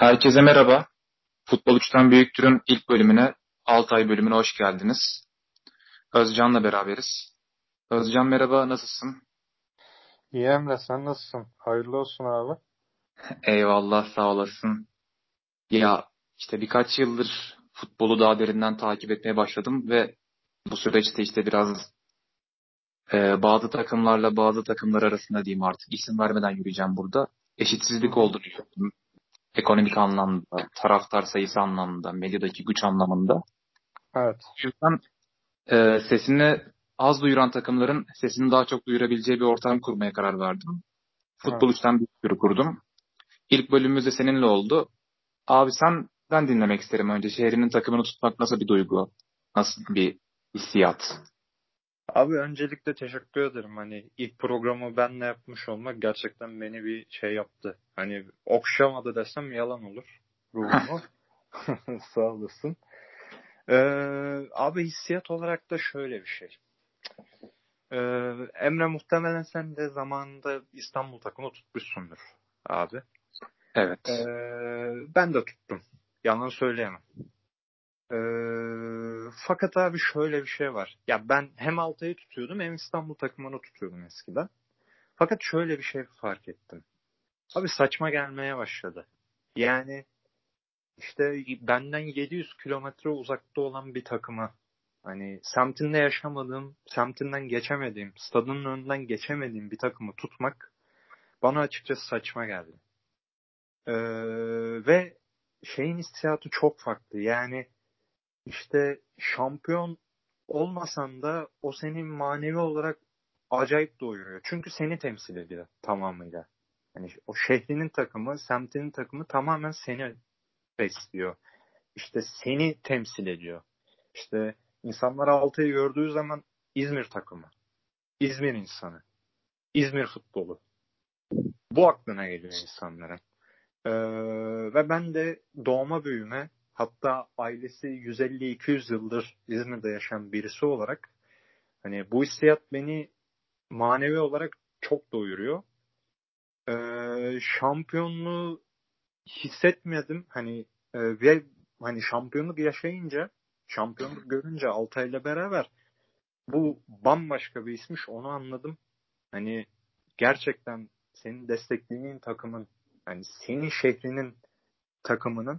Herkese merhaba. Futbol 3'ten Büyüktür'ün ilk bölümüne, Altay bölümüne hoş geldiniz. Özcan'la beraberiz. Özcan merhaba, nasılsın? İyi Emre, sen nasılsın? Hayırlı olsun abi. Eyvallah, sağ olasın. Ya işte birkaç yıldır futbolu daha derinden takip etmeye başladım ve bu süreçte işte biraz bazı takımlarla bazı takımlar arasında diyeyim artık isim vermeden yürüyeceğim burada. Hı Eşitsizlik hı. olduğunu gördüm. Ekonomik anlamda, taraftar sayısı anlamında, medyadaki güç anlamında. Evet. O yüzden sesini az duyuran takımların sesini daha çok duyurabileceği bir ortam kurmaya karar verdim. Futbol Evet. üçten bir sürü kurdum. İlk bölümümüz de seninle oldu. Abi senden dinlemek isterim önce. Şehrinin takımını tutmak nasıl bir duygu? Nasıl bir hissiyat? Abi öncelikle teşekkür ederim. Hani ilk programı benle yapmış olmak gerçekten beni bir şey yaptı. Hani okşamadı desem yalan olur ruhumu. Sağ olasın. Ee, Abi hissiyat olarak da şöyle bir şey. Emre muhtemelen sen de zamanında İstanbul takımı tutmuşsundur abi. Evet. Ben de tuttum. Yalan söyleyemem. Fakat abi şöyle bir şey var. Ya ben hem Altay'ı tutuyordum hem İstanbul takımını tutuyordum eskiden. Fakat şöyle bir şey fark ettim. Abi saçma gelmeye başladı. Yani işte benden 700 kilometre uzakta olan bir takıma hani semtinde yaşamadığım, semtinden geçemediğim, stadının önünden geçemediğim bir takımı tutmak bana açıkçası saçma geldi. Ee, Ve şeyin hissiyatı çok farklı. Yani İşte şampiyon olmasan da o seni manevi olarak acayip doyuruyor. Çünkü seni temsil ediyor tamamıyla. Hani o şehrinin takımı, semtinin takımı tamamen seni besliyor. İşte seni temsil ediyor. İşte insanlar Altay'ı gördüğü zaman İzmir takımı, İzmir insanı, İzmir futbolu. Bu aklına geliyor insanlara. Ee, Ve ben de doğma büyüme, hatta ailesi 150-200 yıldır İzmir'de yaşayan birisi olarak hani bu hissiyat beni manevi olarak çok doyuruyor. Şampiyonluğu hissetmedim ve hani şampiyonluk yaşayınca, şampiyonluk görünce Altay'la beraber bu bambaşka bir ismiş, onu anladım. Hani gerçekten senin desteklediğin takımın, hani senin şehrinin takımının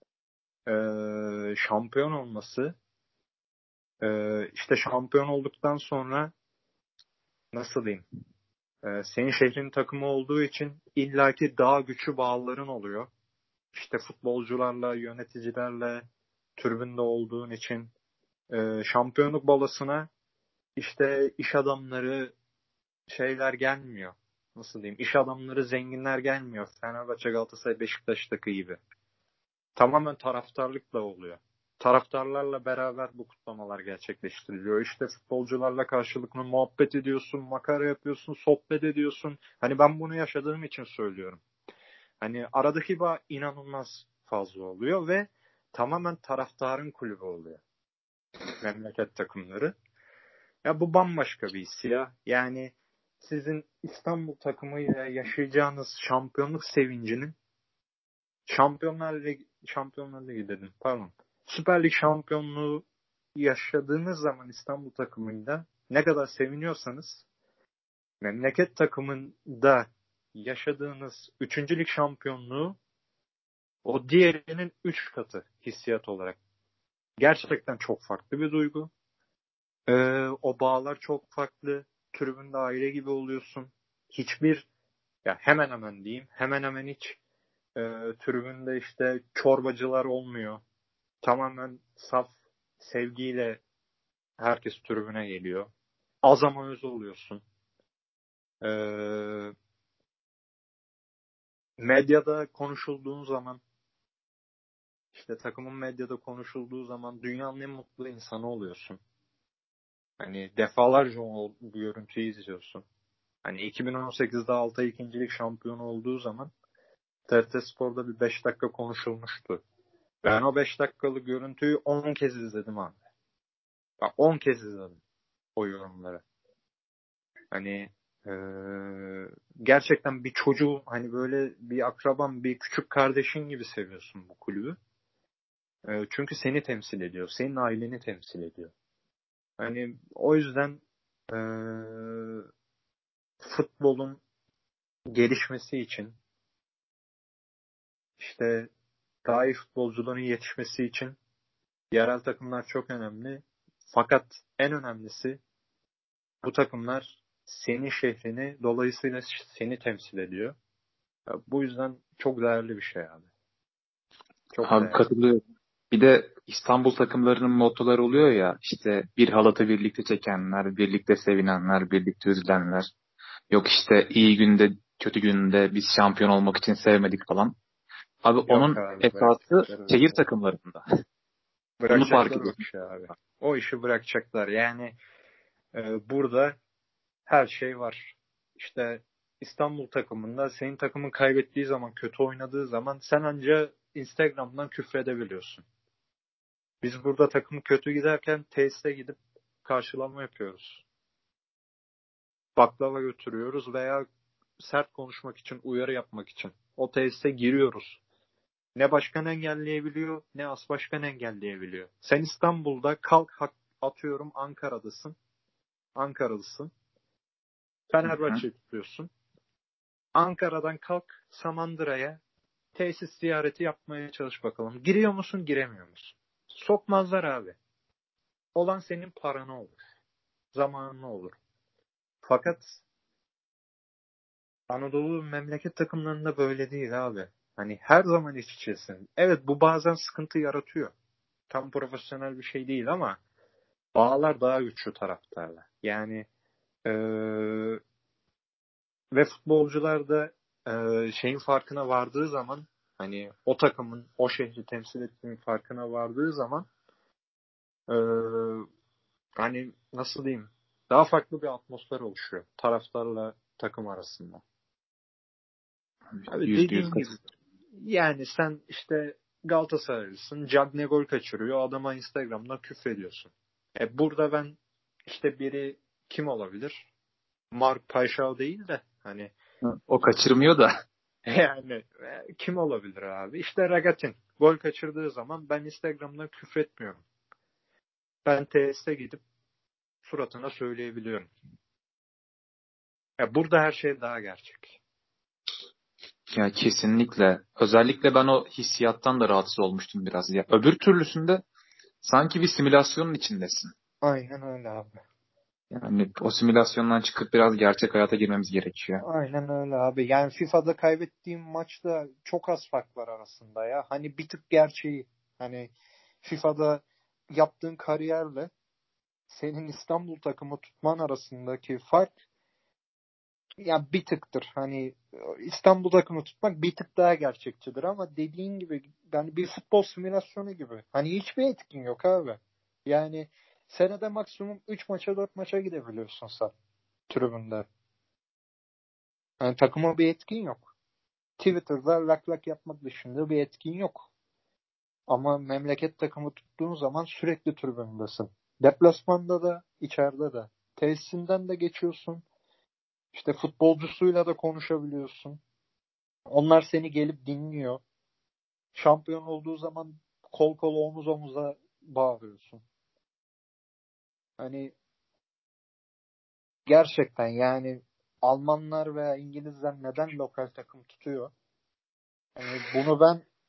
şampiyon olması, işte şampiyon olduktan sonra nasıl diyeyim, senin şehrin takımı olduğu için illaki daha güçlü bağların oluyor. İşte futbolcularla, yöneticilerle tribünde olduğun için şampiyonluk balasına işte iş adamları şeyler gelmiyor. Nasıl diyeyim? İş adamları, zenginler gelmiyor. Fenerbahçe, Galatasaray, Beşiktaş'taki gibi. Tamamen taraftarlıkla oluyor. Taraftarlarla beraber bu kutlamalar gerçekleştiriliyor. İşte futbolcularla karşılıklı muhabbet ediyorsun, makara yapıyorsun, sohbet ediyorsun. Hani ben bunu yaşadığım için söylüyorum. Hani aradaki bağ inanılmaz fazla oluyor ve tamamen taraftarın kulübü oluyor. Memleket takımları. Ya bu bambaşka bir his ya. Yani sizin İstanbul takımıyla yaşayacağınız şampiyonluk sevincinin Şampiyonlar Ligi dedim. Pardon. Süper Lig şampiyonluğu yaşadığınız zaman İstanbul takımıyla ne kadar seviniyorsanız memleket takımında yaşadığınız 3. lig şampiyonluğu o diğerinin 3 katı hissiyat olarak. Gerçekten çok farklı bir duygu. O bağlar çok farklı. Tribünde aile gibi oluyorsun. Hiçbir, ya hemen hemen diyeyim, hemen hemen hiç tribünde işte çorbacılar olmuyor. Tamamen saf sevgiyle herkes tribüne geliyor. Az ama öz oluyorsun. Ee, Medyada konuşulduğun zaman, işte takımın medyada konuşulduğu zaman dünyanın en mutlu insanı oluyorsun. Hani defalarca o görüntüyü izliyorsun. Hani 2018'de Altay ikincilik şampiyonu olduğu zaman TRT Spor'da bir 5 dakika konuşulmuştu. Ben o 5 dakikalık görüntüyü 10 kez izledim abi. Bak 10 kez izledim o yorumları. Hani Gerçekten bir çocuğu hani böyle bir akraban, bir küçük kardeşin gibi seviyorsun bu kulübü. Çünkü seni temsil ediyor. Senin aileni temsil ediyor. Hani o yüzden futbolun gelişmesi için işte daha iyi futbolcuların yetişmesi için yerel takımlar çok önemli. Fakat en önemlisi bu takımlar senin şehrini dolayısıyla seni temsil ediyor. Bu yüzden çok değerli bir şey abi. Çok Abi değerli. katılıyorum. Bir de İstanbul takımlarının mottoları oluyor ya, işte bir halatı birlikte çekenler, birlikte sevinenler, birlikte üzülenler. Yok işte iyi günde kötü günde biz şampiyon olmak için sevmedik falan. Abi Yok onun abi esası bırakacaklar öyle şehir şey. takımlarında. Bunu fark Bırakacaklar o ediyorsun. işi abi. O işi bırakacaklar. Yani burada her şey var. İşte İstanbul takımında senin takımın kaybettiği zaman, kötü oynadığı zaman sen anca Instagram'dan küfredebiliyorsun. Biz burada takım kötü giderken tesise gidip karşılama yapıyoruz. Baklava götürüyoruz veya sert konuşmak için, uyarı yapmak için. O tesise giriyoruz. Ne başkan engelleyebiliyor, ne as başkan engelleyebiliyor. Sen İstanbul'da kalk atıyorum Ankara'dasın. Ankaralısın. Hı hı. Fenerbahçe tutuyorsun. Ankara'dan kalk Samandıra'ya tesis ziyareti yapmaya çalış bakalım. Giriyor musun, giremiyor musun? Sokmazlar abi. Olan senin paranı olur. Zamanını olur. Fakat Anadolu memleket takımlarında böyle değil abi. Hani her zaman iç içesin. Evet bu bazen sıkıntı yaratıyor. Tam profesyonel bir şey değil ama bağlar daha güçlü taraftarla. Yani ve futbolcular da şeyin farkına vardığı zaman hani o takımın o şehri temsil ettiğinin farkına vardığı zaman e, hani nasıl diyeyim daha farklı bir atmosfer oluşuyor taraftarla takım arasında. Abi %100 dediğin gibi katılıyorum. yani sen işte Galatasaraylısın. Cagne gol kaçırıyor. Adama Instagram'da küfrediyorsun. Burada ben işte biri kim olabilir? Mark Paişao değil de hani O kaçırmıyor da. yani kim olabilir abi? İşte Ragatin. Gol kaçırdığı zaman ben Instagram'dan küfretmiyorum. Ben TS'e gidip suratına söyleyebiliyorum. Burada her şey daha gerçek. Ya kesinlikle. Özellikle ben o hissiyattan da rahatsız olmuştum biraz ya. Öbür türlüsünde sanki bir simülasyonun içindesin. Aynen öyle abi. Yani o simülasyondan çıkıp biraz gerçek hayata girmemiz gerekiyor. Aynen öyle abi. Yani FIFA'da kaybettiğim maçta çok az fark var arasında ya. Hani bir tık gerçeği. Hani FIFA'da yaptığın kariyerle senin İstanbul takımı tutman arasındaki fark ya bir tıktır. Hani İstanbul takımı tutmak bir tık daha gerçekçidir ama dediğin gibi yani bir futbol simülasyonu gibi. Hani hiçbir etkin yok abi. Yani senede maksimum 3 maça 4 maça gidebiliyorsun sen tribünde. Yani takıma bir etkin yok. Twitter'da lak lak yapmak dışında bir etkin yok. Ama memleket takımı tuttuğun zaman sürekli tribündesin. Deplasmanda da, içeride de. Tesisinden de geçiyorsun. İşte futbolcusuyla da konuşabiliyorsun. Onlar seni gelip dinliyor. Şampiyon olduğu zaman kol kola omuz omuza bağırıyorsun. Hani gerçekten yani Almanlar veya İngilizler neden lokal takım tutuyor? Hani bunu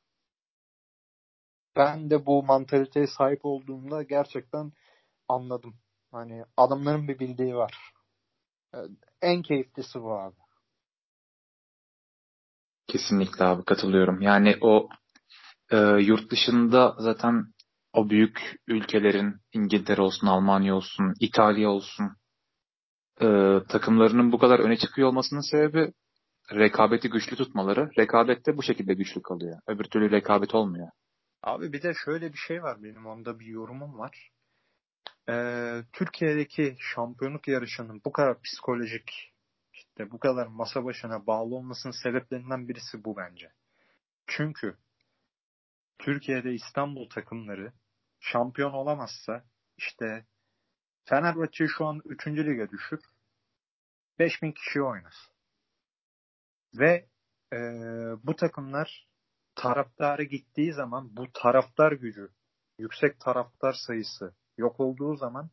ben de bu mantaliteye sahip olduğumda gerçekten anladım. Hani adamların bir bildiği var. Ee, En keyiflisi bu abi. Kesinlikle abi katılıyorum. Yani o yurt dışında zaten o büyük ülkelerin İngiltere olsun, Almanya olsun, İtalya olsun takımlarının bu kadar öne çıkıyor olmasının sebebi rekabeti güçlü tutmaları. Rekabette bu şekilde güçlü kalıyor. Öbür türlü rekabet olmuyor. Abi bir de şöyle bir şey var benim onda bir yorumum var. Türkiye'deki şampiyonluk yarışının bu kadar psikolojik işte bu kadar masa başına bağlı olmasının sebeplerinden birisi bu bence. Çünkü Türkiye'de İstanbul takımları şampiyon olamazsa işte Fenerbahçe şu an 3. lige düşür. 5000 kişi oynar. Ve bu takımlar taraftarı gittiği zaman bu taraftar gücü, yüksek taraftar sayısı yok olduğu zaman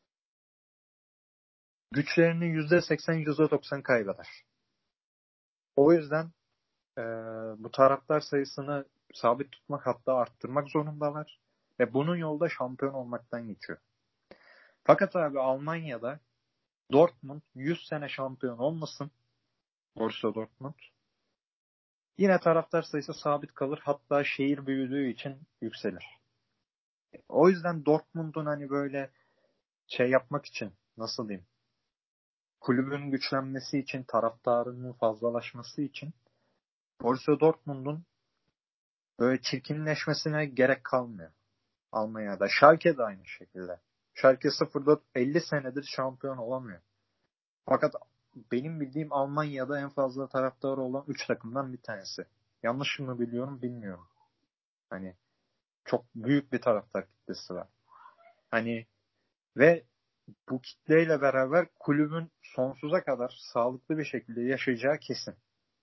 güçlerinin %80, %90 kaybeder. O yüzden bu taraftar sayısını sabit tutmak, hatta arttırmak zorundalar. Ve bunun yolda şampiyon olmaktan geçiyor. Fakat abi Almanya'da Dortmund 100 sene şampiyon olmasın, Borussia Dortmund, yine taraftar sayısı sabit kalır. Hatta şehir büyüdüğü için yükselir. O yüzden Dortmund'un hani böyle şey yapmak için, nasıl diyeyim, kulübün güçlenmesi için, taraftarının fazlalaşması için Borussia Dortmund'un böyle çirkinleşmesine gerek kalmıyor Almanya'da. Schalke de aynı şekilde. Schalke 04 50 senedir şampiyon olamıyor. Fakat benim bildiğim Almanya'da en fazla taraftarı olan 3 takımdan bir tanesi. Yanlış mı biliyorum bilmiyorum. Hani çok büyük bir taraftar kitlesi var. Hani ve bu kitleyle beraber kulübün sonsuza kadar sağlıklı bir şekilde yaşayacağı kesin.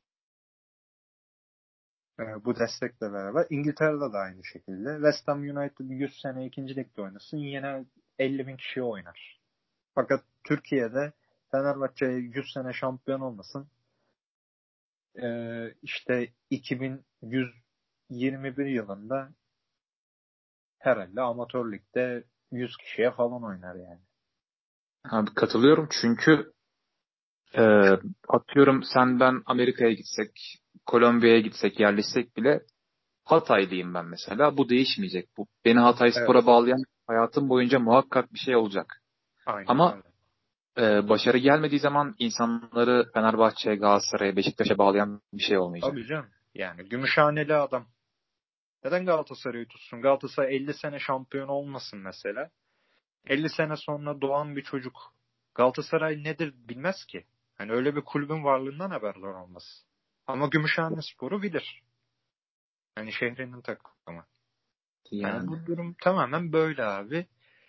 Bu destekle beraber. İngiltere'de de aynı şekilde. West Ham United 100 sene 2. Lig'de oynasın. Yine 50 bin kişi oynar. Fakat Türkiye'de Fenerbahçe 100 sene şampiyon olmasın. İşte 2121 yılında herhalde amatör ligde 100 kişiye falan oynar yani. Abi katılıyorum çünkü e, atıyorum sen ben Amerika'ya gitsek, Kolombiya'ya gitsek, yerleşsek bile Hataylıyım ben mesela. Bu değişmeyecek. Bu beni Evet. Hatayspor'a bağlayan hayatım boyunca muhakkak bir şey olacak. Aynen Ama öyle. başarı gelmediği zaman insanları Fenerbahçe, Galatasaray'a, Beşiktaş'a bağlayan bir şey olmayacak. Tabii canım. Yani Gümüşhaneli adam. Neden Galatasaray'ı tutsun? Galatasaray 50 sene şampiyon olmasın mesela. 50 sene sonra doğan bir çocuk Galatasaray nedir bilmez ki. Hani öyle bir kulübün varlığından haberdar olmaz. Ama Gümüşhanespor'u bilir. Hani şehrinin takımı. Hani Yani bu durum tamamen böyle abi.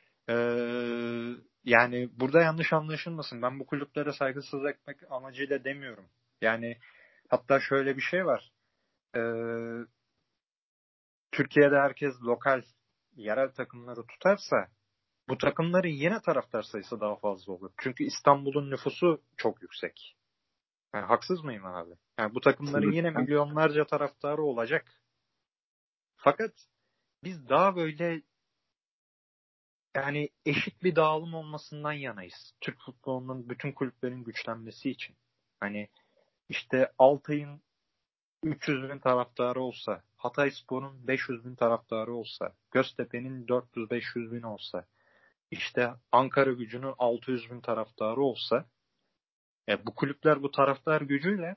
Yani burada yanlış anlaşılmasın. Ben bu kulüplere saygısızlık etmek amacıyla demiyorum. Yani hatta şöyle bir şey var. Ee, Türkiye'de herkes lokal, yerel takımları tutarsa bu takımların yine taraftar sayısı daha fazla olur. Çünkü İstanbul'un nüfusu çok yüksek. Yani haksız mıyım abi? Yani bu takımların yine milyonlarca taraftarı olacak. Fakat biz daha böyle yani eşit bir dağılım olmasından yanayız. Türk futbolunun bütün kulüplerin güçlenmesi için. Hani işte Altay'ın 300 bin taraftarı olsa, Hatayspor'un 500 bin taraftarı olsa, Göztepe'nin 400-500 bin olsa, işte Ankara Gücü'nün 600 bin taraftarı olsa, bu kulüpler bu taraftar gücüyle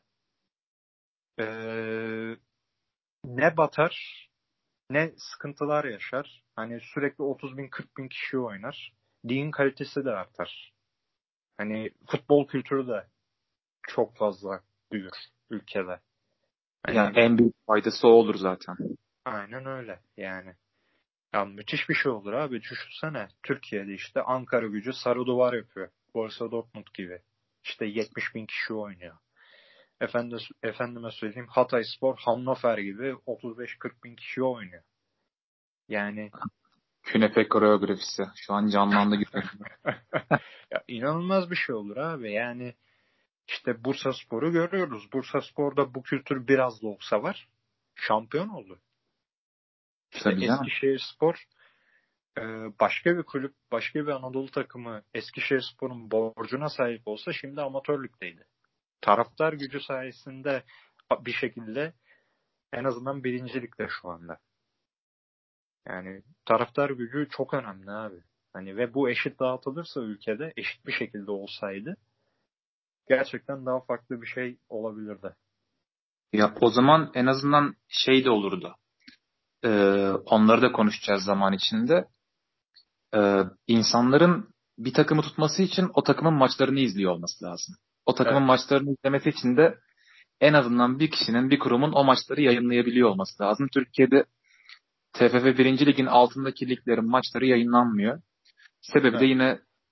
ee, ne batar ne sıkıntılar yaşar. Hani sürekli 30 bin 40 bin kişi oynar. Ligin kalitesi de artar. Hani futbol kültürü de çok fazla büyür ülkede. yani Hani en büyük faydası o olur zaten. aynen öyle yani. Ya müthiş bir şey olur abi. Düşünsene Türkiye'de işte Ankara Gücü sarı duvar yapıyor. Borussia Dortmund gibi. İşte 70 bin kişi oynuyor. Efendime söyleyeyim Hatayspor Hannover gibi 35-40 bin kişi oynuyor. Yani Künefe koreografisi. Şu an canlandı gibi. ya inanılmaz bir şey olur abi. Yani işte Bursaspor'u görüyoruz. Bursaspor'da bu kültür biraz da olsa var. Şampiyon oldu. İşte Tabii canım. Eskişehirspor başka bir kulüp, başka bir Anadolu takımı Eskişehirspor'un borcuna sahip olsa şimdi amatör ligdeydi. Taraftar gücü sayesinde bir şekilde en azından birinci ligde şu anda. Yani taraftar gücü çok önemli abi. Hani ve bu eşit dağıtılırsa ülkede eşit bir şekilde olsaydı gerçekten daha farklı bir şey olabilirdi. Ya o zaman en azından şey de olurdu. Onları da konuşacağız zaman içinde. İnsanların bir takımı tutması için o takımın maçlarını izliyor olması lazım. O takımın Evet. maçlarını izlemesi için de en azından bir kişinin, bir kurumun o maçları yayınlayabiliyor olması lazım. Türkiye'de TFF 1. Lig'in altındaki liglerin maçları yayınlanmıyor. Sebebi de Evet. yine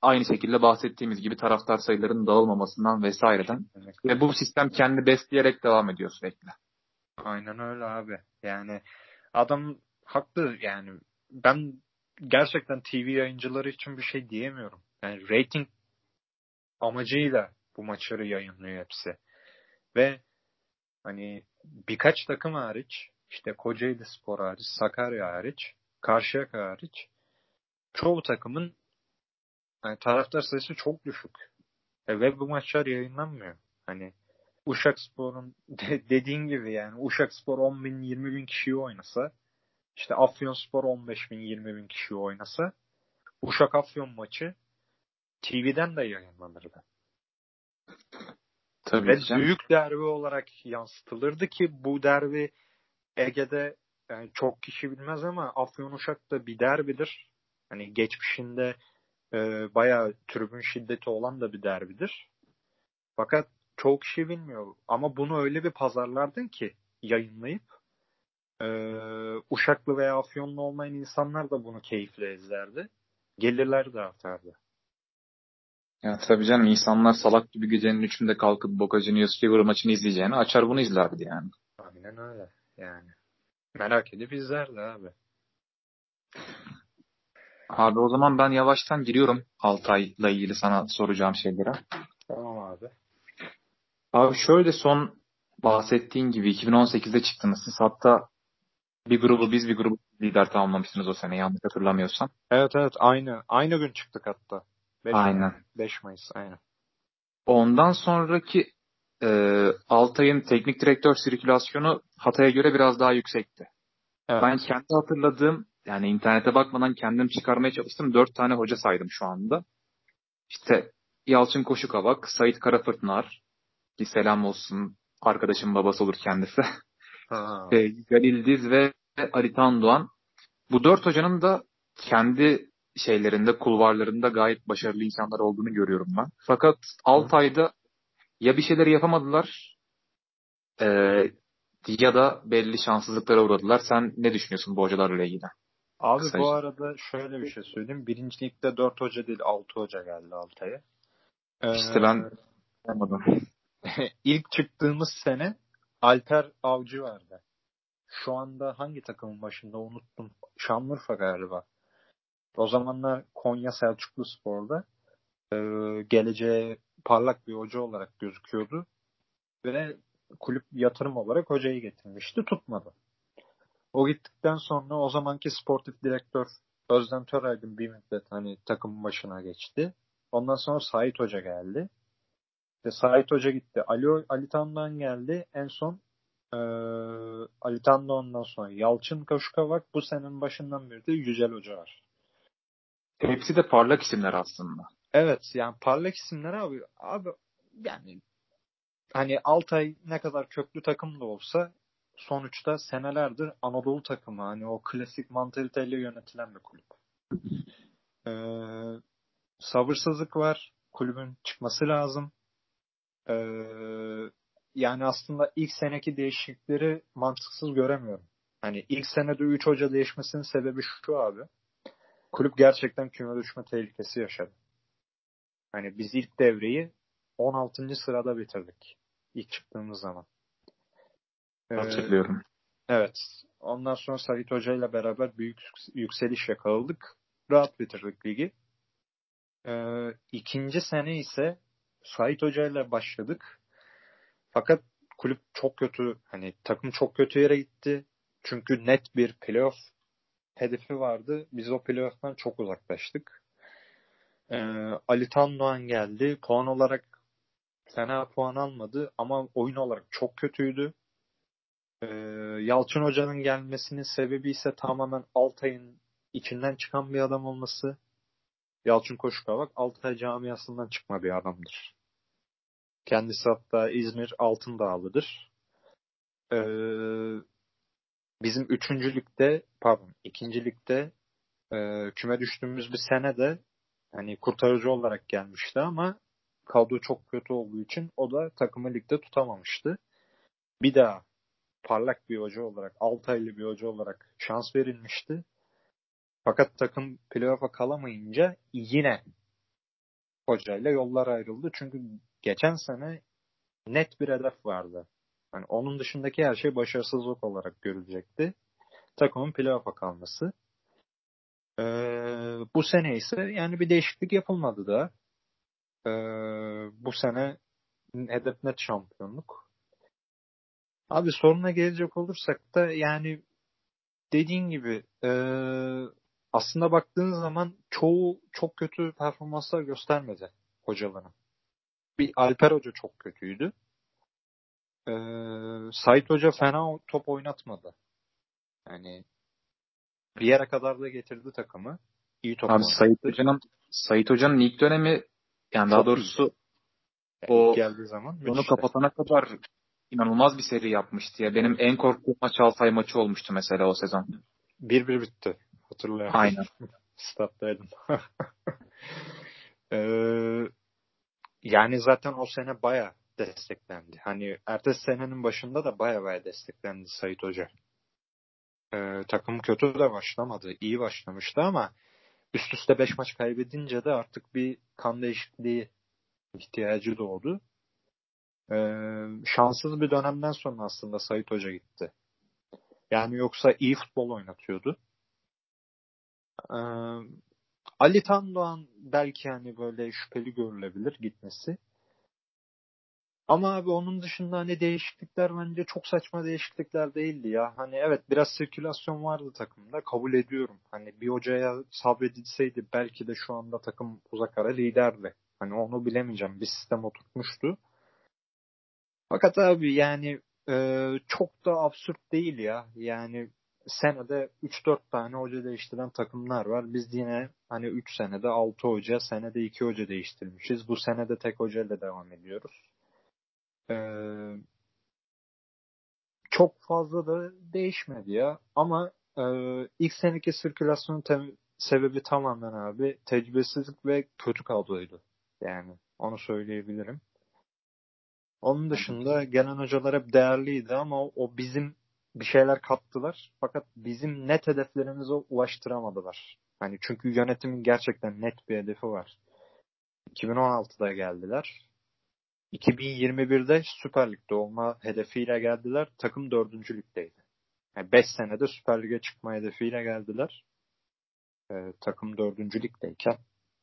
aynı şekilde bahsettiğimiz gibi taraftar sayılarının dağılmamasından vesaireden. Kesinlikle. Ve bu sistem kendi besleyerek devam ediyor sürekli. Aynen öyle abi. Yani adam haklı yani. Ben gerçekten TV yayıncıları için bir şey diyemiyorum. Yani rating amacıyla bu maçları yayınlıyor hepsi. Ve hani birkaç takım hariç, işte Kocaelispor hariç, Sakarya hariç, Karşıyaka hariç çoğu takımın yani taraftar sayısı çok düşük. Ve bu maçlar yayınlanmıyor. Hani Uşakspor'un dediğin gibi yani Uşakspor 10 bin 20 bin kişiyi oynasa, işte Afyonspor 15 bin 20 bin kişiyi oynasa Uşak Afyon maçı TV'den de yayınlanırdı. Tabii Ve ki canım. büyük derbi olarak yansıtılırdı ki bu derbi Ege'de yani çok kişi bilmez ama Afyon Uşak da bir derbidir. Hani geçmişinde bayağı tribün şiddeti olan da bir derbidir. Fakat çoğu kişi bilmiyor. Ama bunu öyle bir pazarlardın ki yayınlayıp Uşaklı veya Afyonlu olmayan insanlar da bunu keyifle izlerdi. Gelirler de artardı. Ya tabii canım, insanlar salak gibi gecenin üçünde kalkıp Boca Juniors River maçını izleyeceğini açar bunu izlerdi yani. Aynen öyle yani. Merak edip izlerdi abi. Abi o zaman ben yavaştan giriyorum Altay'la ilgili sana soracağım şeylere. Tamam abi. Abi şöyle, son bahsettiğin gibi 2018'de çıktınız siz. Hatta bir grubu biz, bir grubu lider tamamlamışsınız o sene, yanlış hatırlamıyorsam. Evet evet aynı. Aynı gün çıktık hatta. 5 Mayıs. Aynen. 5 Mayıs aynen. Ondan sonraki Altay'ın teknik direktör sirkülasyonu Hatay'a göre biraz daha yüksekti. Ben Evet. kendi hatırladığım, yani internete bakmadan kendim çıkarmaya çalıştım. 4 tane hoca saydım şu anda. İşte Yalçın Koşukavak, Sait Karafırtınar, ki selam olsun, arkadaşım babası olur kendisi. Ha. Galil Diz ve Ali Tan Doğan. Bu 4 hocanın da kendi şeylerinde, kulvarlarında gayet başarılı insanlar olduğunu görüyorum ben. Fakat Hı. Altay'da ya bir şeyleri yapamadılar, e, ya da belli şanssızlıklara uğradılar. Sen ne düşünüyorsun bu hocalarla ilgili? Abi bu Kısaca. arada şöyle bir şey söyleyeyim. Birinci ligde 4 hoca değil 6 hoca geldi Altay'a. İşte ben yapamadım. İlk çıktığımız sene Alper Avcı vardı. Şu anda hangi takımın başında unuttum. Şanlıurfa galiba. O zamanlar Konya Selçukluspor'da geleceğe parlak bir hoca olarak gözüküyordu. Ve kulüp yatırım olarak hocayı getirmişti. Tutmadı. O gittikten sonra o zamanki sportif direktör Özlem Töraydın bir müddet hani takımın başına geçti. Ondan sonra Sait Hoca geldi. İşte Sait Hoca gitti. Ali Tan'dan geldi. En son Ali Tan'da ondan sonra Yalçın Koşukavak, bu senenin başından beri de Yücel Hoca var. Hepsi de parlak isimler aslında. Evet yani parlak isimler abi. Abi yani hani Altay ne kadar köklü takım da olsa sonuçta senelerdir Anadolu takımı. Hani o klasik mantaliteyle yönetilen bir kulüp. Ee, sabırsızlık var. Kulübün çıkması lazım. Ee, yani aslında ilk seneki değişiklikleri mantıksız göremiyorum. Hani ilk senede 3 hoca değişmesinin sebebi şu abi. Kulüp gerçekten küme düşme tehlikesi yaşadı. Hani biz ilk devreyi 16. sırada bitirdik. İlk çıktığımız zaman. Ee, Hatırlıyorum. evet. Ondan sonra Sait Hoca ile beraber büyük yükseliş yakaladık. Rahat bitirdik ligi. İkinci sene ise Sait Hoca ile başladık. Fakat kulüp çok kötü, hani takım çok kötü yere gitti. Çünkü net bir playoff hedefi vardı. Biz o playoff'tan çok uzaklaştık. Ee, Ali Tan Doğan geldi. Puan olarak fena puan almadı ama oyun olarak çok kötüydü. Ee, Yalçın Hoca'nın gelmesinin sebebi ise tamamen Altay'ın içinden çıkan bir adam olması. Yalçın Koşukavak Altay camiasından çıkma bir adamdır. Kendisi hatta İzmir Altındağlı'dır. Ee, bizim üçüncülükte, pardon ikincilikte küme düştüğümüz bir sene de hani kurtarıcı olarak gelmişti ama kadro çok kötü olduğu için o da takımı ligde tutamamıştı. Bir daha parlak bir hoca olarak, Altaylı bir hoca olarak şans verilmişti. Fakat takım playoff'a kalamayınca yine hocayla yollar ayrıldı. Çünkü geçen sene net bir hedef vardı. Yani onun dışındaki her şey başarısızlık olarak görülecekti. Takımın playoff'a kalması. Bu sene ise yani bir değişiklik yapılmadı da. Bu sene hedef net şampiyonluk. Abi soruna gelecek olursak da yani dediğin gibi aslında baktığın zaman çoğu çok kötü performanslar göstermedi hocaların. Bir Alper Hoca çok kötüydü. Sait Hoca fena top oynatmadı. Yani bir yere kadar da getirdi takımı. İyi top Abi oynattı. Sait Hoca'nın ilk dönemi, yani daha Çok iyiydi. doğrusu Yani ilk o geldiği zaman onu müthişti. kapatana kadar inanılmaz bir seri yapmıştı ya. Benim Evet. en korktuğum maç Altay maçı olmuştu mesela o sezon. 1-1 bitti. Hatırlıyorum. Aynen. Stat'taydım. Ee, Yani zaten o sene baya desteklendi. Hani ertesi senenin başında da baya desteklendi Sait Hoca. Takım kötü de başlamadı. İyi başlamıştı ama üst üste 5 maç kaybedince de artık bir kan değişikliği ihtiyacı doğdu. Şanssız bir dönemden sonra aslında Sait Hoca gitti. Yani yoksa iyi futbol oynatıyordu. Ee, Ali Tandoğan belki hani böyle şüpheli görülebilir gitmesi. Ama abi onun dışında hani değişiklikler bence çok saçma değişiklikler değildi ya. Hani evet biraz sirkülasyon vardı takımda. Kabul ediyorum. Hani bir hocaya sabredilseydi belki de şu anda takım uzak ara liderdi. Hani onu bilemeyeceğim. Bir sistem oturtmuştu. Fakat abi yani çok da absürt değil ya. Yani senede 3-4 tane hoca değiştiren takımlar var. Biz yine hani 3 senede 6 hoca, senede 2 hoca değiştirmişiz. Bu senede tek hocayla devam ediyoruz. E, Çok fazla da değişmedi ya. Ama ilk seneki sirkülasyonun sebebi tamamen abi tecrübesizlik ve kötü kadroydu. Yani onu söyleyebilirim. Onun dışında gelen hocalar hep değerliydi ama o bizim bir şeyler kattılar. Fakat bizim net hedeflerimize ulaştıramadılar. Hani çünkü yönetimin gerçekten net bir hedefi var. 2016'da geldiler. 2021'de Süper Lig'de olma hedefiyle geldiler. Takım 4. ligdeydi. Yani 5 senede Süper Lig'e çıkma hedefiyle geldiler. Takım 4. ligdeyken.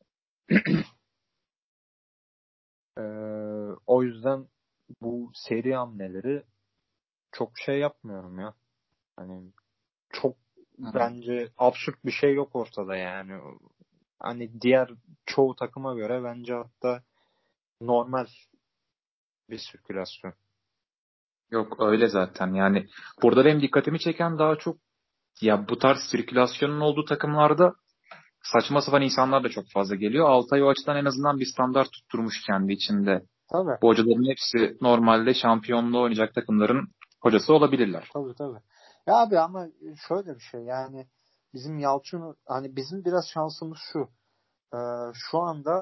Ee, O yüzden bu seri hamleleri çok şey yapmıyorum ya. Hani çok bence absürt bir şey yok ortada yani. Hani diğer çoğu takıma göre bence hatta normal bir sirkülasyon. Yok öyle zaten. Yani burada benim dikkatimi çeken daha çok, ya bu tarz sirkülasyonun olduğu takımlarda saçma sapan insanlar da çok fazla geliyor. Altay o açıdan en azından bir standart tutturmuş kendi içinde. Tabii. Bu hocaların hepsi normalde şampiyonluğu oynayacak takımların hocası olabilirler. Tabii. Ya abi ama şöyle bir şey yani bizim Yalçın hani bizim biraz şansımız şu. Ee, Şu anda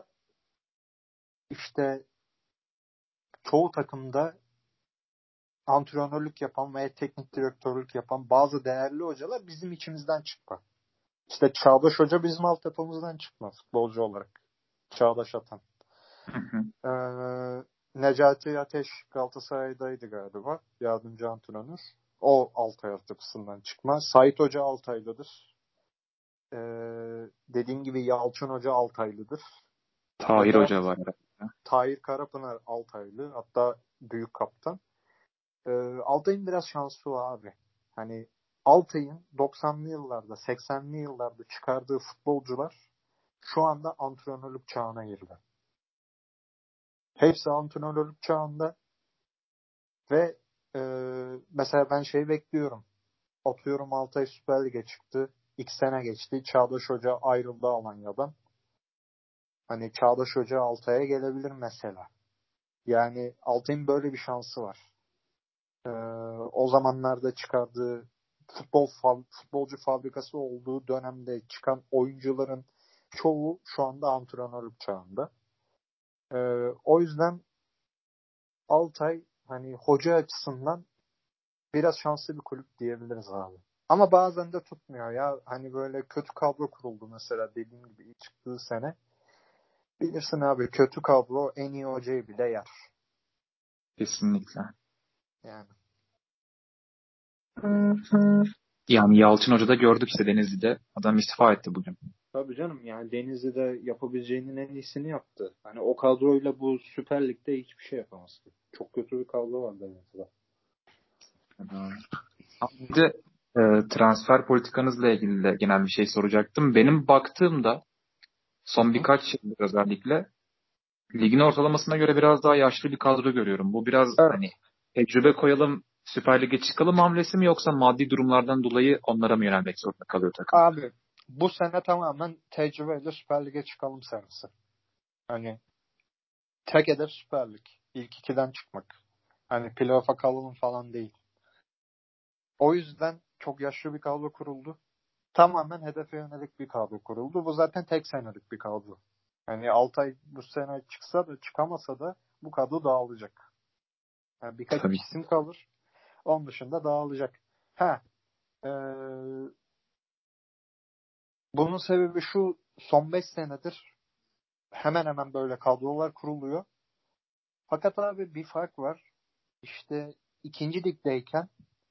işte çoğu takımda antrenörlük yapan veya teknik direktörlük yapan bazı değerli hocalar bizim içimizden çıkma. İşte Çağdaş Hoca bizim altyapımızdan çıkma futbolcu olarak. Çağdaş Atan. Hı hı. Necati Ateş Galatasaray'daydı galiba. Yardımcı antrenör. O Altay altyapısından çıkma. Sait Hoca Altaylıdır. Dediğim gibi Yalçın Hoca Altaylıdır. Tahir Keza Hoca var herhalde. Tahir Karapınar Altaylı. Hatta büyük kaptan. Altay'ın biraz şansı var abi. Hani Altay'ın 90'lı yıllarda, 80'li yıllarda çıkardığı futbolcular şu anda antrenörlük çağına girdi. Hepsi antrenörlük çağında ve e, mesela ben şey bekliyorum. Atıyorum Altay Süper Lig'e çıktı. 2 sene geçti. Çağdaş Hoca ayrıldı Alanya'dan. Hani Çağdaş Hoca Altay'a gelebilir mesela. Yani Altay'ın böyle bir şansı var. Ee, O zamanlarda çıkardığı futbolcu fabrikası olduğu dönemde çıkan oyuncuların çoğu şu anda antrenörlük çağında. O yüzden Altay hani hoca açısından biraz şanslı bir kulüp diyebiliriz abi. Ama bazen de tutmuyor ya. Hani böyle kötü kadro kuruldu mesela dediğim gibi ilk çıktığı sene. Bilirsin abi, kötü kadro en iyi hocayı bile yer. Kesinlikle. Yani. Yani Yalçın Hoca da gördük işte Denizli'de. Adam istifa etti bugün. Tabii canım, yani Denizli'de yapabileceğinin en iyisini yaptı. Hani o kadroyla bu Süper Lig'de hiçbir şey yapamaz ki. Çok kötü bir kadro var Denizli'de. Bir de transfer politikanızla ilgili de genel bir şey soracaktım. Benim baktığımda son Hı? birkaç yıldır özellikle ligin ortalamasına göre biraz daha yaşlı bir kadro görüyorum. Bu biraz Evet. hani tecrübe koyalım, Süper Lig'e çıkalım hamlesi mi yoksa maddi durumlardan dolayı onlara mı yönelmek zorunda kalıyor takım? Abi bu sene tamamen tecrübeyle Süper Lig'e çıkalım senesi. Hani tek hedef Süper Lig. İlk ikiden çıkmak. Hani playoff'a kalalım falan değil. O yüzden çok yaşlı bir kadro kuruldu. Tamamen hedefe yönelik bir kadro kuruldu. Bu zaten tek senelik bir kadro. Yani Altay bu sene çıksa da çıkamasa da bu kadro dağılacak. Yani birkaç Tabii. isim kalır. Onun dışında dağılacak. Ha, e, bunun sebebi şu: son 5 senedir hemen hemen böyle kadrolar kuruluyor. Fakat abi bir fark var. İşte ikinci ligdeyken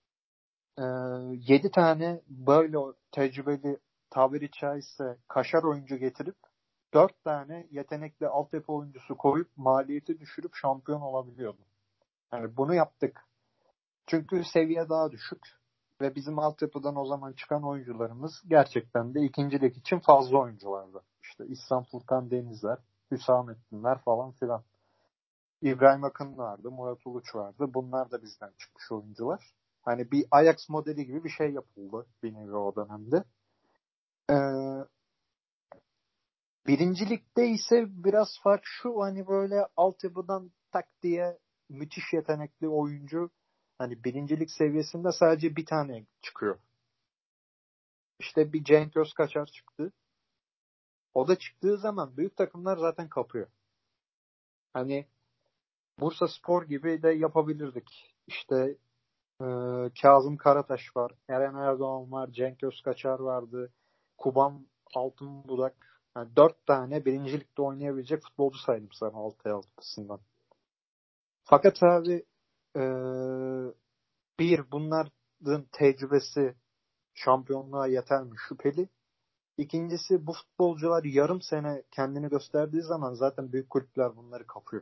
7 tane böyle tecrübeli, tabiri caizse kaşar oyuncu getirip 4 tane yetenekli altyapı oyuncusu koyup maliyeti düşürüp şampiyon olabiliyordu. Yani bunu yaptık. Çünkü seviye daha düşük ve bizim altyapıdan o zaman çıkan oyuncularımız gerçekten de ikinci lig için fazla oyunculardı. İşte İhsan Furkan Denizler, Hüsamettinler falan filan. İbrahim Akın vardı, Murat Uluç vardı. Bunlar da bizden çıkmış oyuncular. Hani bir Ajax modeli gibi bir şey yapıldı bir nevi o dönemde. Ee, birinci ligde ise biraz fark şu: hani böyle altyapıdan tak diye müthiş yetenekli oyuncu, hani birincilik seviyesinde sadece bir tane çıkıyor. İşte bir Cenk Özkaçar çıktı. O da çıktığı zaman büyük takımlar zaten kapıyor. Hani Bursaspor gibi de yapabilirdik. İşte Kazım Karataş var, Eren Erdoğan var, Cenk Özkaçar vardı, Kuban Altınbudak. Yani 4 tane birinci ligde oynayabilecek futbolcu saydım sana Altay altısından. Fakat abi e, bir, bunların tecrübesi şampiyonluğa yeter mi şüpheli. İkincisi, bu futbolcular yarım sene kendini gösterdiği zaman zaten büyük kulüpler bunları kapıyor.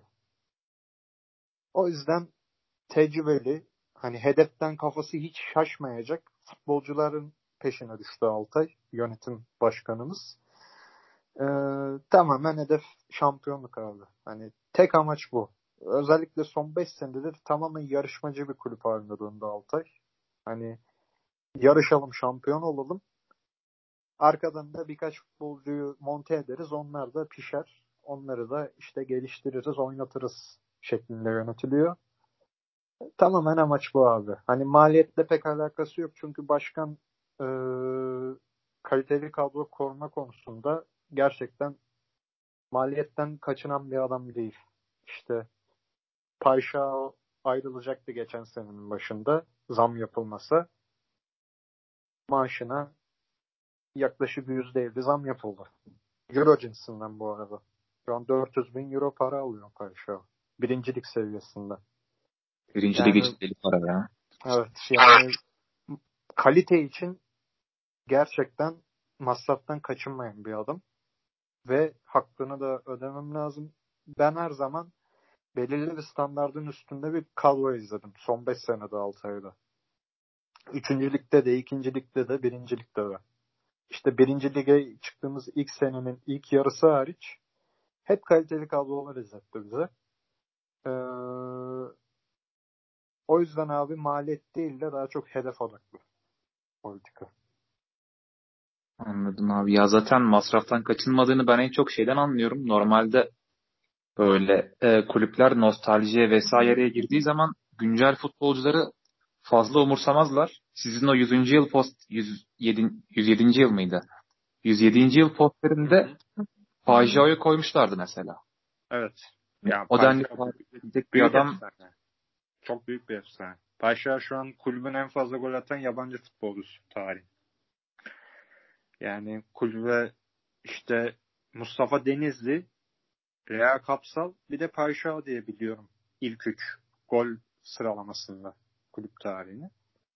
O yüzden tecrübeli, hani hedeften kafası hiç şaşmayacak futbolcuların peşine düştü Altay, yönetim başkanımız. Tamamen hedef şampiyonluk abi. Hani tek amaç bu. Özellikle son 5 senedir tamamen yarışmacı bir kulüp haline döndü Altay. Hani yarışalım, şampiyon olalım. Arkadan da birkaç futbolcuyu monte ederiz. Onlar da pişer. Onları da işte geliştiririz, oynatırız şeklinde yönetiliyor. Tamamen amaç bu abi. Hani maliyetle pek alakası yok. Çünkü başkan e, kaliteli kadro koruma konusunda gerçekten maliyetten kaçınan bir adam değil. İşte Payşa ayrılacaktı geçen senenin başında. Zam yapılmasa maaşına yaklaşık %50 zam yapıldı. Euro cinsinden bu arada. Şu an 400 bin euro para alıyor Payşa. Birincilik seviyesinde. Birinci lig Yani için deli para ya. evet, yani kalite için gerçekten masraftan kaçınmayan bir adam ve hakkını da ödemem lazım. Ben her zaman belirli bir standardın üstünde bir kadro izledim. Son 5 senede 6 ayda. Üçüncü ligde de, ikinci ligde de, birinci ligde de. İşte birinci lige çıktığımız ilk senenin ilk yarısı hariç hep kaliteli kadrolar izletti bize. Ee, o yüzden abi maliyet değil de daha çok hedef odaklı politika. Anladım abi. Ya zaten masraftan kaçınmadığını ben en çok şeyden anlıyorum. Normalde böyle kulüpler nostaljiye vesaireye girdiği zaman güncel futbolcuları fazla umursamazlar. Sizin o 100. yıl 107. yıl mıydı? 107. yıl Hı posterinde hı. Fajia'yı koymuşlardı mesela. Evet. Ya O denli Paşa tarih edilecek bir büyük adam. efsane. Çok büyük bir efsane. Paşa şu an kulübün en fazla gol atan yabancı futbolcusu tarihi. Yani kulübe işte Mustafa Denizli Rea Kapsal bir de Payşa diye biliyorum ilk 3 gol sıralamasında kulüp tarihini.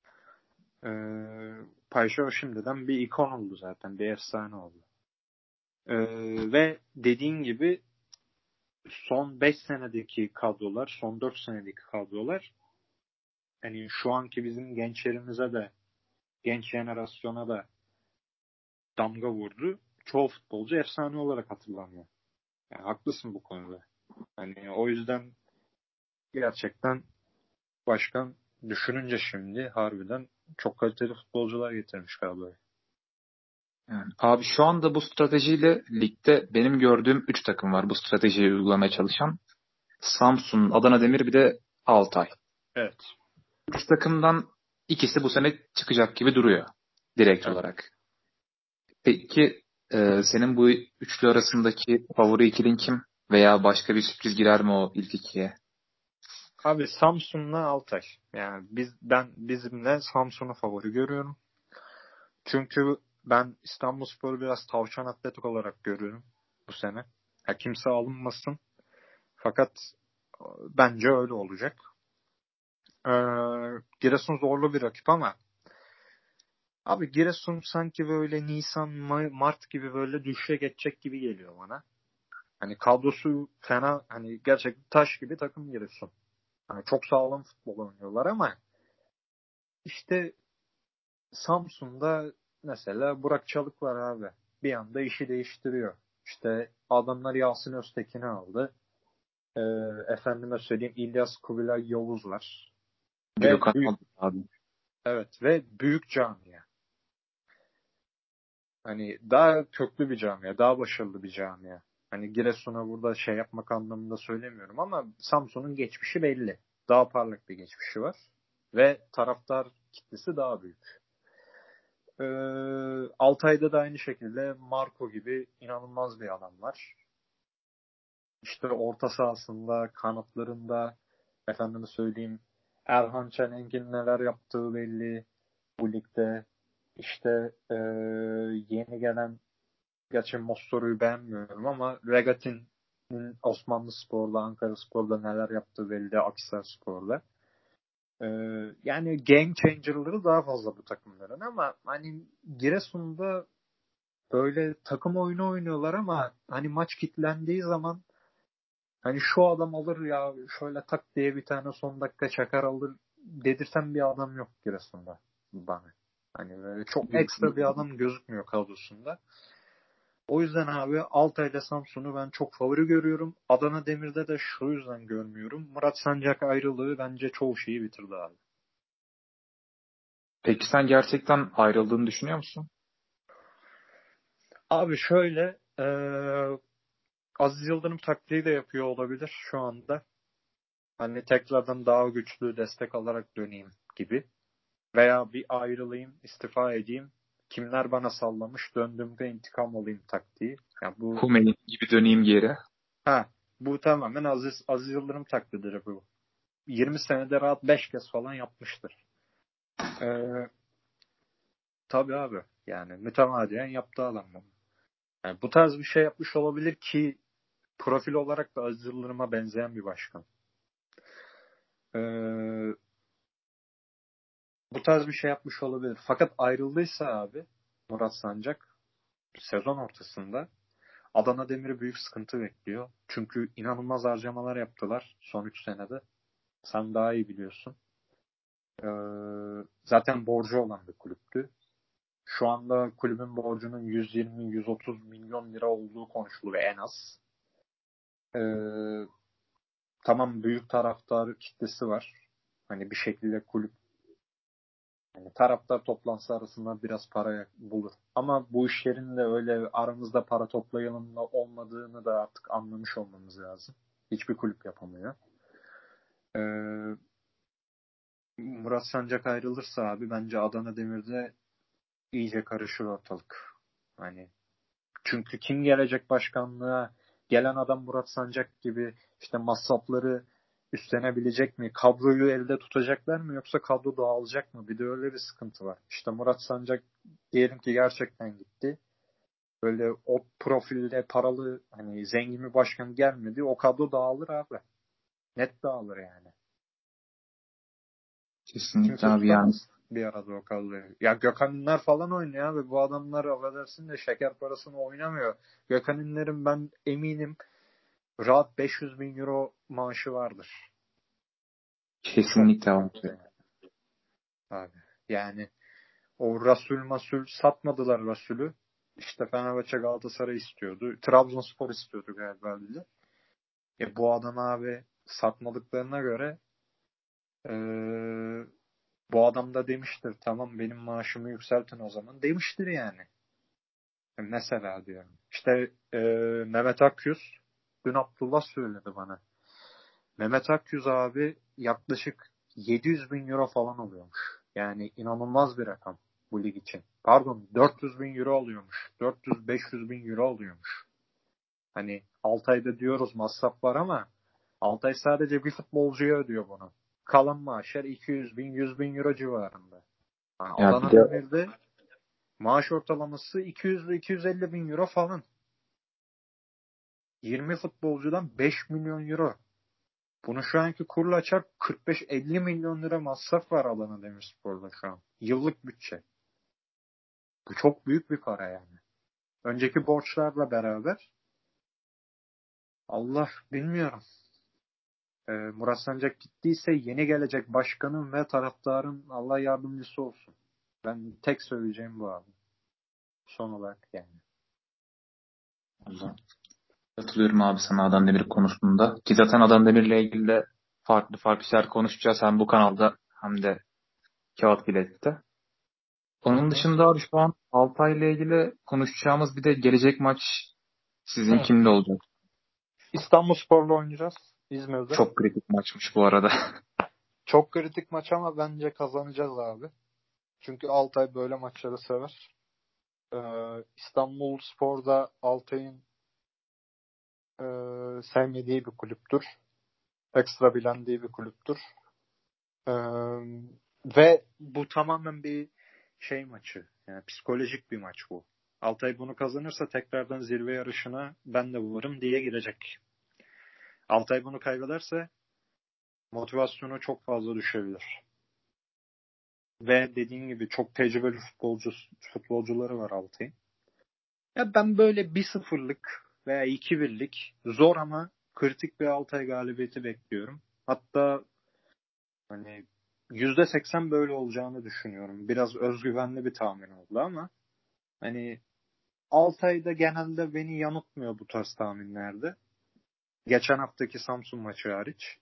Payşa şimdiden bir ikon oldu zaten. Bir efsane oldu. Ve dediğin gibi son 5 senedeki kadrolar, son 4 senedeki kadrolar hani şu anki bizim gençlerimize de, genç jenerasyona da damga vurdu. Çoğu futbolcu efsane olarak hatırlanıyor. Yani haklısın bu konuda. Hani o yüzden gerçekten başkan düşününce şimdi harbiden çok kaliteli futbolcular getirmiş kadroya. Yani, abi şu anda bu stratejiyle ligde benim gördüğüm 3 takım var bu stratejiyi uygulamaya çalışan. Samsun, Adana Demir bir de Altay. Evet. 3 takımdan ikisi bu sene çıkacak gibi duruyor direkt Evet. olarak. Peki senin bu üçlü arasındaki favori ikilin kim? Veya başka bir sürpriz girer mi o ilk ikiye? Abi Samsun'la Altay. Yani bizimle Samsun'u favori görüyorum. Çünkü ben İstanbulspor'u biraz tavşan atletik olarak görüyorum bu sene. Ya kimse alınmasın. Fakat bence öyle olacak. Ee, Giresun zorlu bir rakip ama abi Giresun sanki böyle Nisan, Mart gibi böyle düşe geçecek gibi geliyor bana. Hani kadrosu fena, hani gerçekten taş gibi takım Giresun. Hani çok sağlam futbol oynuyorlar ama işte Samsun'da mesela Burak Çalık var abi. Bir anda işi değiştiriyor. İşte adamlar Yasin Öztekin'i aldı. Ee, Efendime söyleyeyim İlyas Kubilay Yavuz var. Ve Gökhan büyük, aldı abi. evet, ve büyük camia. Hani daha köklü bir camia, daha başarılı bir camia. Hani Giresun'a burada şey yapmak anlamında söylemiyorum ama Samsun'un geçmişi belli. Daha parlak bir geçmişi var. Ve taraftar kitlesi daha büyük. Altay'da da aynı şekilde Marco gibi inanılmaz bir adam var. İşte orta sahasında, kanatlarında, efendime söyleyeyim, Erhan Çelenk'in neler yaptığı belli bu ligde. İşte yeni gelen, gerçi Mossor'u beğenmiyorum ama Regatin'in Osmanlıspor'da, Ankaraspor'da neler yaptığı belli, Akhisarspor'da. Yani game changer'ları daha fazla bu takımların ama hani Giresun'da böyle takım oyunu oynuyorlar ama hani maç kilitlendiği zaman hani şu adam alır ya şöyle tak diye bir tane son dakika çakar alır dedirten bir adam yok Giresun'da bana. Hani böyle çok ekstra bir adam gözükmüyor kadrosunda. O yüzden abi Altay ile Samsun'u ben çok favori görüyorum. Adana Demir'de de şu yüzden görmüyorum. Murat Sancak ayrılığı bence çoğu şeyi bitirdi abi. Peki sen gerçekten ayrıldığını düşünüyor musun? Abi şöyle Aziz Yıldırım taktiği de yapıyor olabilir şu anda. Hani tekrardan daha güçlü destek alarak döneyim gibi. Veya bir ayrılayım, istifa edeyim. Kimler bana sallamış, döndüğümde intikam alayım taktiği. Ya bu Humeli gibi döneyim geri. ha bu tamamen Aziz Yıldırım taktiğidir bu. 20 senede rahat 5 kez falan yapmıştır. Ee, tabii abi. Yani mütemadiyen yaptı adam bunu. Yani bu tarz bir şey yapmış olabilir ki profil olarak da Aziz Yıldırım'a benzeyen bir başkan. Ee, Bu tarz bir şey yapmış olabilir. Fakat ayrıldıysa abi Murat Sancak sezon ortasında Adana Demir'i büyük sıkıntı bekliyor. Çünkü inanılmaz harcamalar yaptılar son 3 senede. Sen daha iyi biliyorsun. Zaten borcu olan bir kulüptü. Şu anda kulübün borcunun 120-130 milyon lira olduğu konuşuluyor en az. Ee, tamam, büyük taraftar kitlesi var. Hani bir şekilde kulüp, yani taraftar toplantısı arasında biraz para bulur. Ama bu işlerin de öyle aramızda para toplayalım da olmadığını da artık anlamış olmamız lazım. Hiçbir kulüp yapamıyor. Ee, Murat Sancak ayrılırsa abi bence Adana Demir'de iyice karışır ortalık. Hani çünkü kim gelecek başkanlığa? Gelen adam Murat Sancak gibi işte masrafları üstlenebilecek mi? Kadroyu elde tutacaklar mı yoksa kadro dağılacak mı? Bir de öyle bir sıkıntı var. İşte Murat Sancak diyelim ki gerçekten gitti. Böyle o profilde paralı hani zengin bir başkan gelmedi. O kadro dağılır abi. Net dağılır yani. Kesinlikle Kimse abi yani. tutamaz bir arada o kadroyu. Ya Gökhan Ünler falan oynuyor abi. Bu adamlar affedersin de şeker parasını oynamıyor. Gökhan Ünler'in ben eminim rahat 500 bin euro maaşı vardır. Çok Kesinlikle abi. abi. Yani o Masul satmadılar Rasul'ü. İşte Fenerbahçe Galatasaray istiyordu. Trabzonspor istiyordu galiba bir de. Bu adam abi satmadıklarına göre bu adam da demiştir tamam benim maaşımı yükseltin o zaman demiştir yani. Mesela diyorum. İşte Mehmet Akyüz dün Abdullah söyledi bana. Mehmet Akyüz abi yaklaşık 700 bin euro falan alıyormuş. Yani inanılmaz bir rakam bu lig için. Pardon 400 bin euro alıyormuş. 400-500 bin euro alıyormuş. Hani Altay'da diyoruz masraf var ama Altay sadece bir futbolcuya ödüyor bunu. Kalan maaşlar 200 bin 100 bin euro civarında. Yani Ya bir Adana de Demir'de maaş ortalaması 200-250 bin euro falan. 20 futbolcudan 5 milyon euro. Bunu şu anki kurla açar 45-50 milyon lira masraf var Adana Demirspor'da şu an. Yıllık bütçe. Bu çok büyük bir para yani. Önceki borçlarla beraber Allah bilmiyorum. Murat Sancak gittiyse yeni gelecek başkanın ve taraftarın Allah yardımcısı olsun. Ben tek söyleyeceğim bu abi. Son olarak yani. Allah. Katılıyorum abi sana Adem Demir konusunda. Ki zaten Adem Demir'le ilgili de farklı farklı şeyler konuşacağız hem bu kanalda hem de Kağıt Bilet'te. Onun Hı dışında abi şu an Altay'la ilgili konuşacağımız bir de gelecek maç sizin hı. kimle olacak? İstanbulspor'la oynayacağız İzmir'de. Çok kritik maçmış bu arada. Çok kritik maç ama bence kazanacağız abi. Çünkü Altay böyle maçları sever. İstanbulspor'da Altay'ın sevmediği bir kulüptür. Ekstra bilendiği bir kulüptür. Ee, ve bu tamamen bir şey maçı. Yani psikolojik bir maç bu. Altay bunu kazanırsa tekrardan zirve yarışına ben de varım diye girecek. Altay bunu kaybederse motivasyonu çok fazla düşebilir. Ve dediğim gibi çok tecrübeli futbolcuları var Altay'ın. Ya ben böyle 1-0'lık veya 2-1'lik zor ama kritik bir Altay galibiyeti bekliyorum. Hatta hani %80 böyle olacağını düşünüyorum. Biraz özgüvenli bir tahmin oldu ama hani Altay'da genelde beni yanıltmıyor bu tarz tahminlerde. Geçen haftaki Samsun maçı hariç.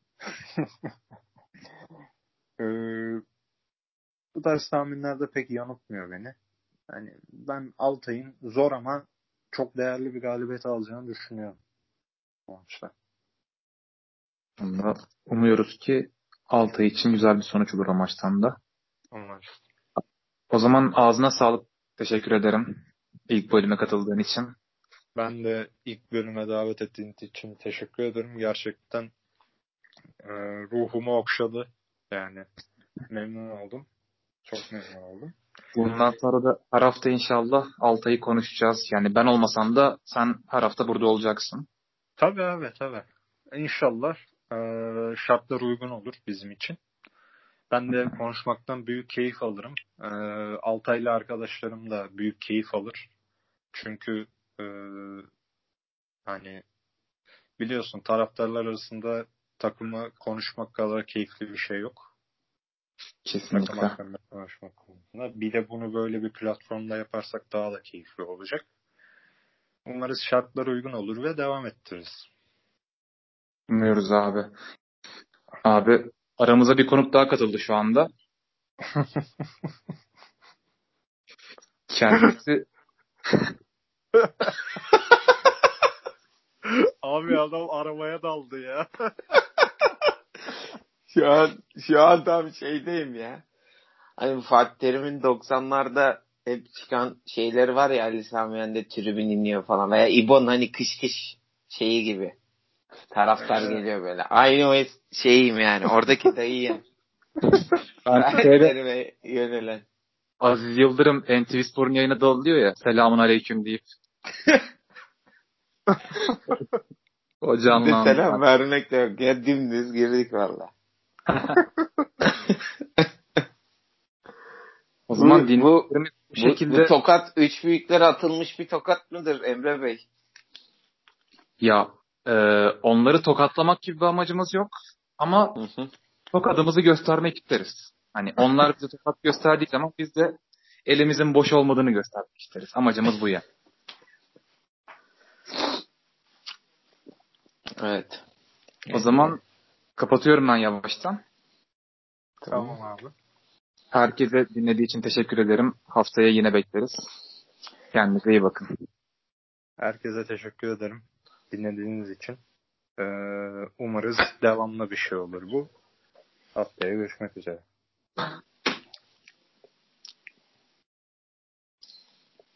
Ee, bu tarz tahminlerde pek yanıltmıyor beni. Hani ben Altay'ın zor ama çok değerli bir galibiyet alacağını düşünüyorum bu maçta. Onda umuyoruz ki Altay için güzel bir sonuç olur o maçtan da. Onlar. O zaman ağzına sağlık. Teşekkür ederim ilk bölüme katıldığın için. Ben de ilk bölüme davet ettiğin için teşekkür ederim. Gerçekten ruhumu okşadı. Yani memnun oldum. Çok memnun oldum. Bundan sonra da her hafta inşallah Altay'ı konuşacağız. Yani ben olmasam da sen her hafta burada olacaksın. Tabii abi tabii. İnşallah şartlar uygun olur bizim için. Ben de konuşmaktan büyük keyif alırım. Altaylı arkadaşlarım da büyük keyif alır. Çünkü e, hani biliyorsun taraftarlar arasında takımı konuşmak kadar keyifli bir şey yok. Takım Kesinlikle. hakkında konuşmak konusunda. Bir de bunu böyle bir platformda yaparsak daha da keyifli olacak. Umarız şartlar uygun olur ve devam ettiririz. Umuyoruz abi. Abi aramıza bir konuk daha katıldı şu anda. Kendisi Abi adam arabaya daldı ya. Şu an tam şeydeyim ya. Hani Fatih Terim'in 90'larda hep çıkan şeyleri var ya, Ali Sami Yen'de tribün iniyor falan. Veya İbo'nun hani kış kış şeyi gibi. Taraftar geliyor böyle. Aynı o şeyim yani. Oradaki dayıyım. ben Fatih şeyde Terim'e yönelen. Aziz Yıldırım NTV Spor'un yayına dalıyor ya. Selamun aleyküm deyip. O Bir de canlandı. selam vermek de yok. Ya dümdüz girdik valla. O zaman Bu dinleyicilerimiz bu bu şekilde tokat üç büyüklere atılmış bir tokat mıdır Emre Bey? ya onları tokatlamak gibi bir amacımız yok. Ama Hı hı. tokadımızı göstermek isteriz. Hani onlar bize tokat gösterdiği zaman biz de elimizin boş olmadığını göstermek isteriz. Amacımız bu ya. Evet. O zaman kapatıyorum ben yavaştan. Tamam abi. Herkese dinlediği için teşekkür ederim. Haftaya yine bekleriz. Kendinize iyi bakın. Herkese teşekkür ederim dinlediğiniz için. Umarız devamlı bir şey olur bu. Haftaya görüşmek üzere.